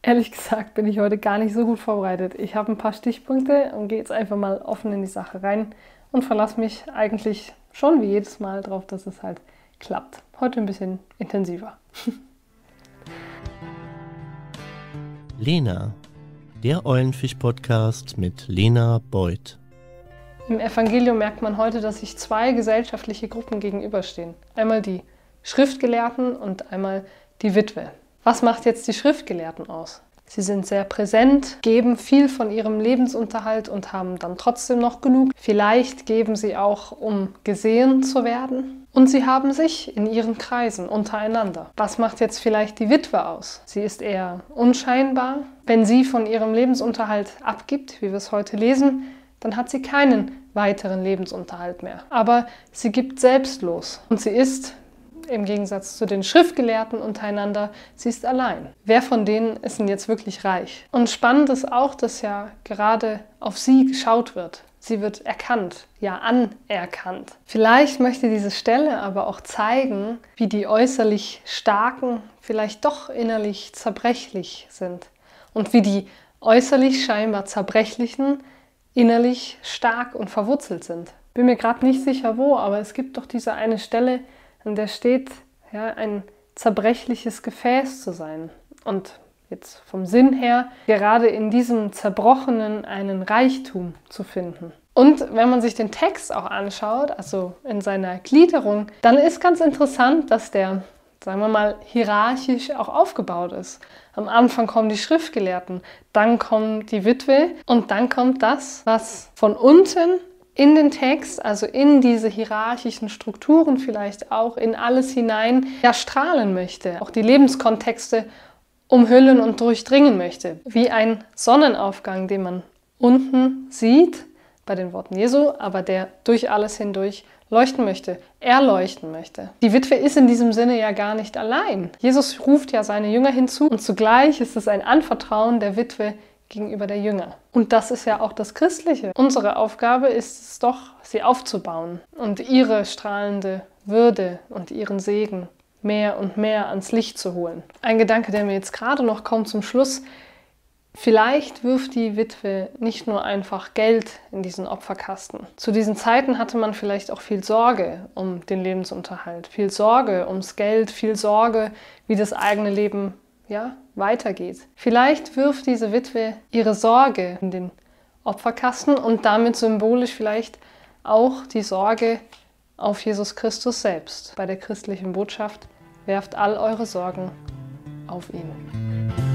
Ehrlich gesagt bin ich heute gar nicht so gut vorbereitet. Ich habe ein paar Stichpunkte und gehe jetzt einfach mal offen in die Sache rein und verlasse mich eigentlich schon wie jedes Mal darauf, dass es halt klappt. Heute ein bisschen intensiver. Lena, der Eulenfisch-Podcast mit Lena Beuth. Im Evangelium merkt man heute, dass sich zwei gesellschaftliche Gruppen gegenüberstehen. Einmal die Schriftgelehrten und einmal die Witwe. Was macht jetzt die Schriftgelehrten aus? Sie sind sehr präsent, geben viel von ihrem Lebensunterhalt und haben dann trotzdem noch genug. Vielleicht geben sie auch, um gesehen zu werden. Und sie haben sich in ihren Kreisen untereinander. Was macht jetzt vielleicht die Witwe aus? Sie ist eher unscheinbar. Wenn sie von ihrem Lebensunterhalt abgibt, wie wir es heute lesen, dann hat sie keinen weiteren Lebensunterhalt mehr. Aber sie gibt selbstlos und sie ist, im Gegensatz zu den Schriftgelehrten untereinander, sie ist allein. Wer von denen ist denn jetzt wirklich reich? Und spannend ist auch, dass ja gerade auf sie geschaut wird. Sie wird erkannt, ja anerkannt. Vielleicht möchte diese Stelle aber auch zeigen, wie die äußerlich Starken vielleicht doch innerlich zerbrechlich sind und wie die äußerlich scheinbar Zerbrechlichen innerlich stark und verwurzelt sind. Bin mir gerade nicht sicher wo, aber es gibt doch diese eine Stelle, an der steht, ja, ein zerbrechliches Gefäß zu sein. Und jetzt vom Sinn her, gerade in diesem Zerbrochenen einen Reichtum zu finden. Und wenn man sich den Text auch anschaut, also in seiner Gliederung, dann ist ganz interessant, dass der, sagen wir mal, hierarchisch auch aufgebaut ist. Am Anfang kommen die Schriftgelehrten, dann kommt die Witwe und dann kommt das, was von unten in den Text, also in diese hierarchischen Strukturen vielleicht auch, in alles hinein, ja strahlen möchte. Auch die Lebenskontexte umhüllen und durchdringen möchte. Wie ein Sonnenaufgang, den man unten sieht, bei den Worten Jesu, aber der durch alles hindurch leuchten möchte, erleuchten möchte. Die Witwe ist in diesem Sinne ja gar nicht allein. Jesus ruft ja seine Jünger hinzu und zugleich ist es ein Anvertrauen der Witwe gegenüber der Jünger. Und das ist ja auch das Christliche. Unsere Aufgabe ist es doch, sie aufzubauen und ihre strahlende Würde und ihren Segen mehr und mehr ans Licht zu holen. Ein Gedanke, der mir jetzt gerade noch kommt zum Schluss: Vielleicht wirft die Witwe nicht nur einfach Geld in diesen Opferkasten. Zu diesen Zeiten hatte man vielleicht auch viel Sorge um den Lebensunterhalt, viel Sorge ums Geld, viel Sorge, wie das eigene Leben weitergeht. Vielleicht wirft diese Witwe ihre Sorge in den Opferkasten und damit symbolisch vielleicht auch die Sorge auf Jesus Christus selbst. Bei der christlichen Botschaft: Werft all eure Sorgen auf ihn.